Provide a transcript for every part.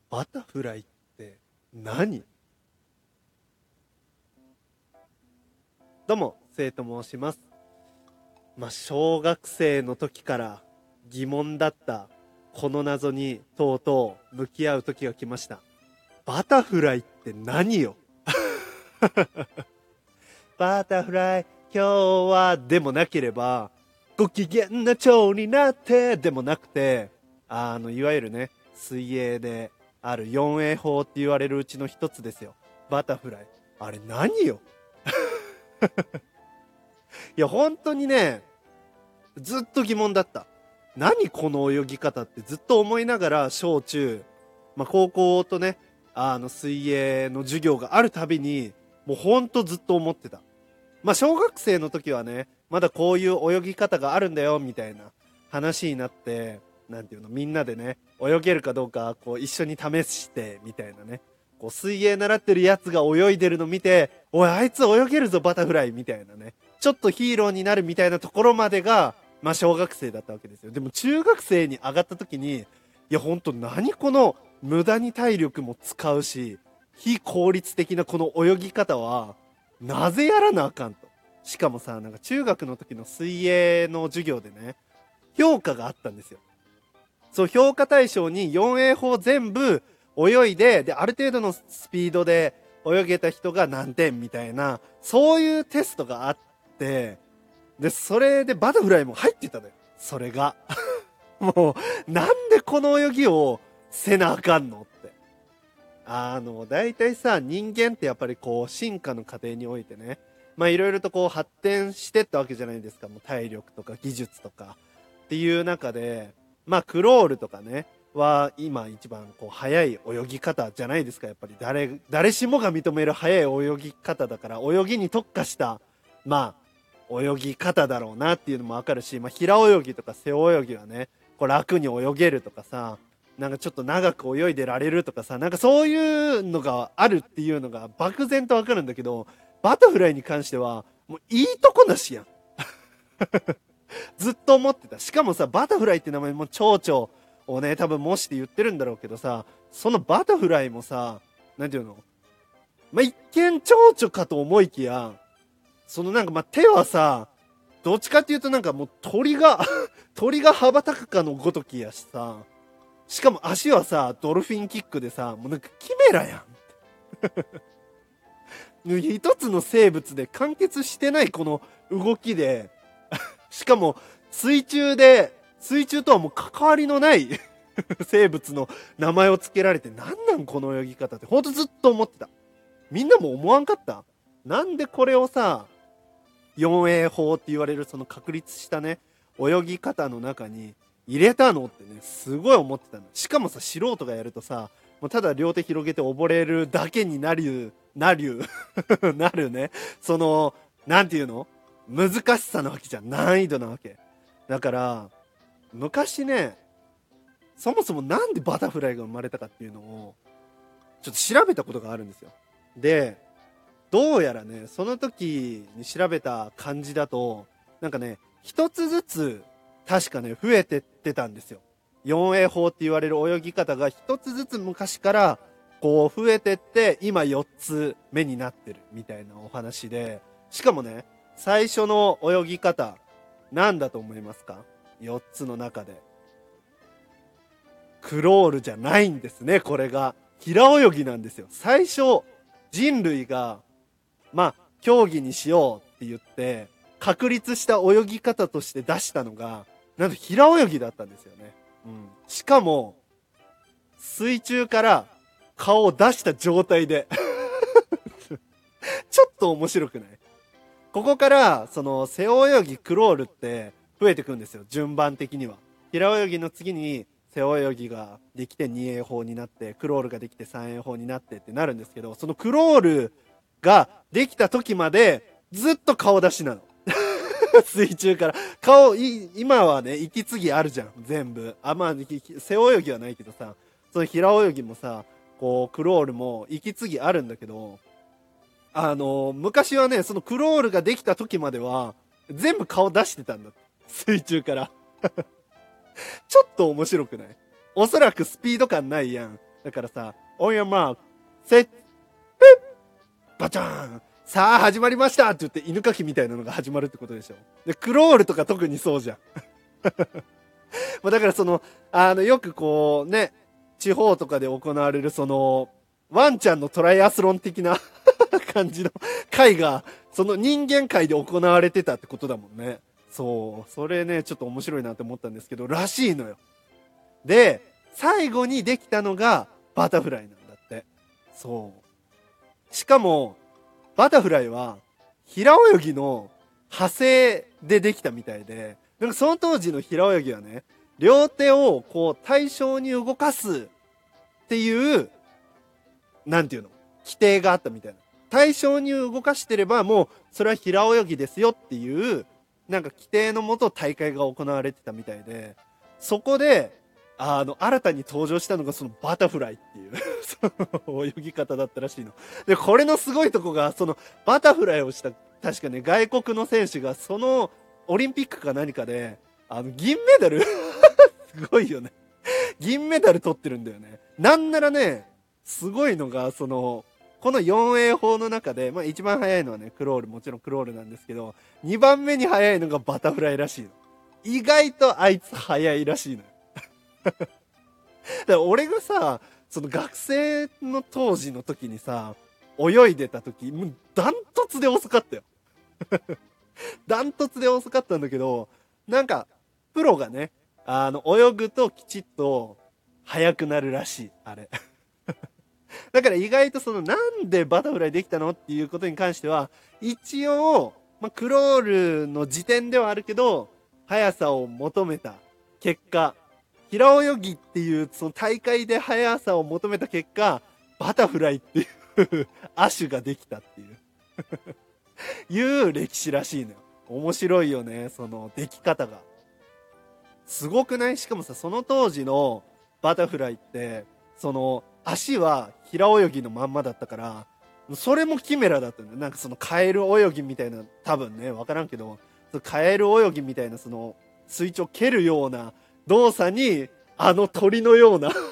バタフライって何？どうも、生と申します。小学生の時から疑問だったこの謎にとうとう向き合う時が来ました。バタフライって何よ？バタフライ今日はでもなければ、ご機嫌な蝶になってでもなくて、いわゆるね、水泳である4泳法って言われるうちの一つですよ。バタフライ。あれ何よ？いや本当にね、ずっと疑問だった。何この泳ぎ方ってずっと思いながら小中、高校とね、水泳の授業があるたびに、もうほんとずっと思ってた。小学生の時はね、まだこういう泳ぎ方があるんだよ、みたいな話になって、なんていうの、みんなでね、泳げるかどうか、こう一緒に試して、みたいなね。こう水泳習ってるやつが泳いでるの見て、おい、あいつ泳げるぞ、バタフライ、みたいなね。ちょっとヒーローになるみたいなところまでが、小学生だったわけですよ。でも中学生に上がった時に、いやほんと何この無駄に体力も使うし、非効率的なこの泳ぎ方は、なぜやらなあかんと。しかもさ、なんか中学の時の水泳の授業でね、評価があったんですよ。そう、評価対象に4泳法全部泳いで、ある程度のスピードで泳げた人が何点みたいな、そういうテストがあって、で、それでバタフライも入ってたのよ。それが。もう、なんでこの泳ぎをせなあかんのって。大体さ、人間ってやっぱりこう、進化の過程においてね、いろいろとこう発展してったわけじゃないですか。もう体力とか技術とかっていう中で、クロールとかね、は今一番こう速い泳ぎ方じゃないですか。やっぱり誰しもが認める速い泳ぎ方だから、泳ぎに特化した、泳ぎ方だろうなっていうのもわかるし、平泳ぎとか背泳ぎはね、こう楽に泳げるとかさ、なんかちょっと長く泳いでられるとかさ、なんかそういうのがあるっていうのが漠然とわかるんだけど、バタフライに関しては、もういいとこなしやん。ずっと思ってた。しかもさ、バタフライって名前も蝶々をね、多分模して言ってるんだろうけどさ、そのバタフライもさ、なんていうの？一見蝶々かと思いきや、そのなんか手はさ、どっちかっていうとなんかもう鳥が鳥が羽ばたくかのごときやしさ、しかも足はさ、ドルフィンキックでさ、もうなんかキメラやん。一つの生物で完結してないこの動きで、しかも水中とはもう関わりのない生物の名前を付けられて、なんこの泳ぎ方ってほんとずっと思ってた。みんなも思わんかった？なんでこれをさ、4泳法って言われるその確立したね、泳ぎ方の中に入れたのってね、すごい思ってたの。しかもさ、素人がやるとさ、もうただ両手広げて溺れるだけになるなるね。その、なんていうの？難しさなわけじゃん。難易度なわけ。だから、昔ね、そもそもなんでバタフライが生まれたかっていうのを、ちょっと調べたことがあるんですよ。で、どうやらね、その時に調べた感じだと、なんかね、一つずつ、確かね、増えてってたんですよ。4泳法って言われる泳ぎ方が一つずつ昔から、こう増えてって、今4つ目になってるみたいなお話で、しかもね、最初の泳ぎ方、なんだと思いますか？ 4 つの中で。クロールじゃないんですね、これが。平泳ぎなんですよ。最初、人類が、競技にしようって言って、確立した泳ぎ方として出したのが、なんと平泳ぎだったんですよね。しかも、水中から顔を出した状態で。ちょっと面白くない？ここから、その、背泳ぎ、クロールって増えてくんですよ、順番的には。平泳ぎの次に、背泳ぎができて2泳法になって、クロールができて3泳法になってってなるんですけど、そのクロールができた時までずっと顔出しなの。水中から。今はね、息継ぎあるじゃん、全部。背泳ぎはないけどさ、その平泳ぎもさ、こう、クロールも息継ぎあるんだけど、昔はね、そのクロールができた時までは、全部顔出してたんだ。水中から。ちょっと面白くない？おそらくスピード感ないやん。 だからさ、on your mark, set, バチャーン、さあ始まりましたって言って犬かきみたいなのが始まるってことでしょ。で、クロールとか特にそうじゃん。まあだからその、よくこうね、地方とかで行われるその、ワンちゃんのトライアスロン的な感じの会が、その人間界で行われてたってことだもんね。そう。それね、ちょっと面白いなって思ったんですけど、らしいのよ。で、最後にできたのがバタフライなんだって。そう。しかも、バタフライは、平泳ぎの派生でできたみたいで、なんかその当時の平泳ぎはね、両手をこう対称に動かすっていう、なんていうの、規定があったみたいな。対称に動かしてればもうそれは平泳ぎですよっていう、なんか規定のもと大会が行われてたみたいで、そこで、新たに登場したのがそのバタフライっていう、その泳ぎ方だったらしいの。で、これのすごいとこが、そのバタフライをした、確かね、外国の選手がそのオリンピックか何かで、銀メダルすごいよね。銀メダル取ってるんだよね。なんならね、すごいのが、この 4A 法の中で、まあ一番速いのはね、クロール、もちろんクロールなんですけど、2番目に速いのがバタフライらしいの。意外とあいつ速いらしいのよ。だから俺がさ、その学生の当時の時にさ、泳いでた時、もうダントツで遅かったよ。ダントツで遅かったんだけど、なんか、プロがね、泳ぐときちっと速くなるらしい、あれ。だから意外とそのなんでバタフライできたのっていうことに関しては、一応、まあ、クロールの時点ではあるけど、速さを求めた結果、平泳ぎっていうその大会で速さを求めた結果、バタフライっていう亜種ができたっていういう歴史らしいのよ。面白いよね、その出来方が。すごくない？しかもさ、その当時のバタフライって、その足は平泳ぎのまんまだったから、それもキメラだったんだよ。なんかそのカエル泳ぎみたいな、多分ね、わからんけど、カエル泳ぎみたいなその垂直蹴るような動作に、鳥のような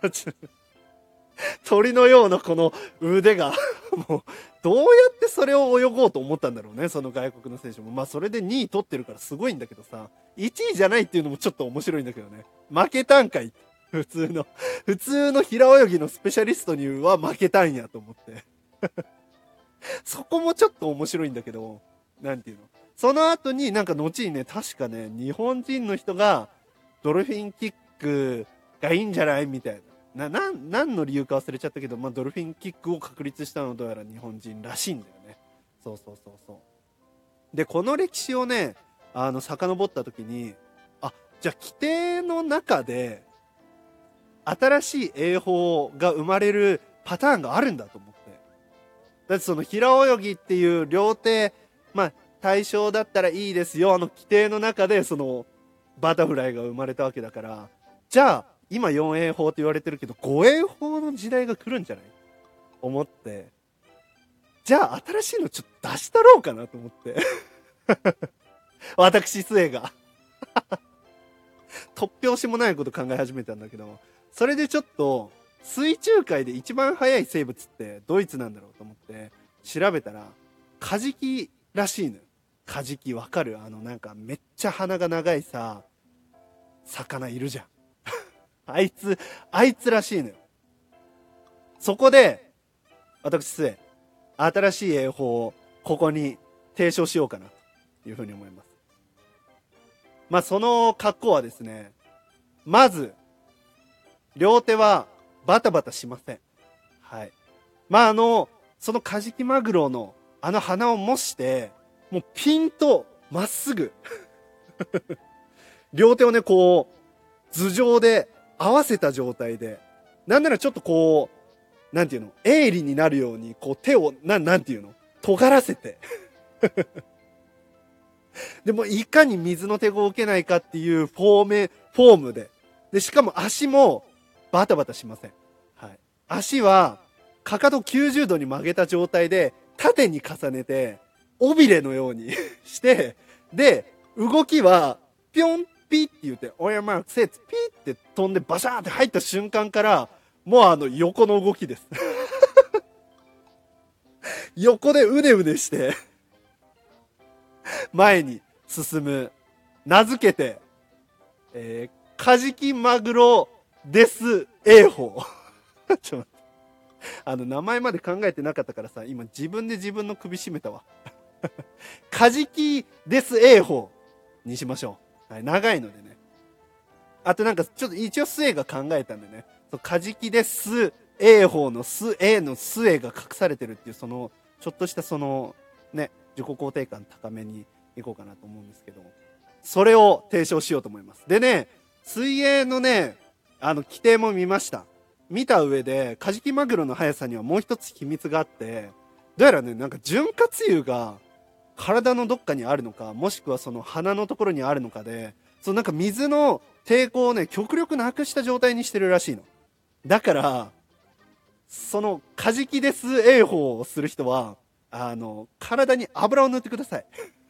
鳥のようなこの腕がもう、どうやってそれを泳ごうと思ったんだろうね、その外国の選手も。まあそれで2位取ってるからすごいんだけどさ、1位じゃないっていうのもちょっと面白いんだけどね。負けたんかい。普通の平泳ぎのスペシャリストには負けたんやと思ってそこもちょっと面白いんだけど、なんていうの。その後になんか後にね、確かね、日本人の人がドルフィンキックがいいんじゃないみたいな。何の理由か忘れちゃったけど、まあ、ドルフィンキックを確立したのはどうやら日本人らしいんだよね。そうそうそうそう。で、この歴史をね、遡った時に、あ、じゃあ規定の中で、新しい泳法が生まれるパターンがあるんだと思って。だってその平泳ぎっていう両手、まあ、対象だったらいいですよ。規定の中でその、バタフライが生まれたわけだから、じゃあ、今 4A 法って言われてるけど 5A 法の時代が来るんじゃない思って、じゃあ新しいのちょっと出したろうかなと思って私末が突拍子もないこと考え始めたんだけど、それでちょっと水中界で一番速い生物ってドイツなんだろうと思って調べたら、カジキらしいのよ。カジキわかる？なんかめっちゃ鼻が長いさ、魚いるじゃん。あいつらしいのよ。そこで、私末、新しい泳法をここに提唱しようかなというふうに思います。まあその格好はですね、まず、両手はバタバタしません。はい。まあそのカジキマグロの鼻を模して、もうピンとまっすぐ両手をね、こう、頭上で合わせた状態で、なんならちょっとこう、なんていうの、鋭利になるように、こう手を、なんていうの、尖らせてでもいかに水の手を受けないかっていうフォームで。で、しかも足もバタバタしません。はい。足は、かかと90度に曲げた状態で、縦に重ねて、尾びれのようにして、で、動きは、ぴょんぴって言って、オヤマークセッツピーって飛んでバシャーって入った瞬間から、 もう横の動きです。横でうねうねして、前に進む。名付けて、カジキマグロデス泳法。ちょっと待って。名前まで考えてなかったからさ、今自分で自分の首絞めたわ。カジキデス泳法にしましょう。はい、長いのでね。あとなんかちょっと一応スエが考えたんでね。カジキデス泳法のスエのスエが隠されてるっていう、ちょっとしたね、自己肯定感高めにいこうかなと思うんですけど、それを提唱しようと思います。でね、水泳のね、規定も見ました。見た上で、カジキマグロの速さにはもう一つ秘密があって、どうやらね、なんか潤滑油が体のどっかにあるのか、もしくはその鼻のところにあるのかで、なんか水の抵抗をね、極力なくした状態にしてるらしいの。だから、カジキデス泳法をする人は、体に油を塗ってください。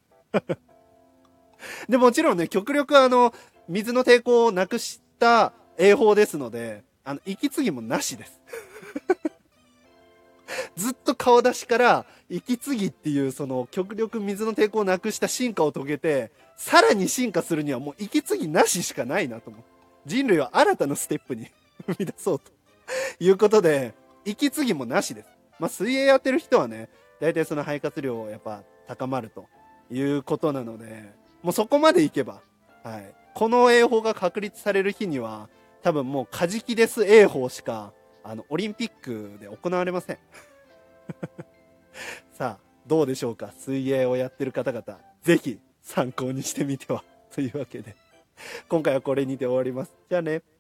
で、もちろんね、極力水の抵抗をなくした泳法ですので、息継ぎもなしです。ずっと顔出しから息継ぎっていう極力水の抵抗をなくした進化を遂げて、さらに進化するにはもう息継ぎなししかないなと思う。人類は新たなステップに踏み出そうということで、息継ぎもなしです。まあ水泳やってる人はね、大体肺活量やっぱ高まるということなので、もうそこまでいけば、はい。この泳法が確立される日には、多分もうカジキデス泳法しか、オリンピックで行われません。さあ、どうでしょうか。水泳をやってる方々、ぜひ参考にしてみては。というわけで、今回はこれにて終わります。じゃあね。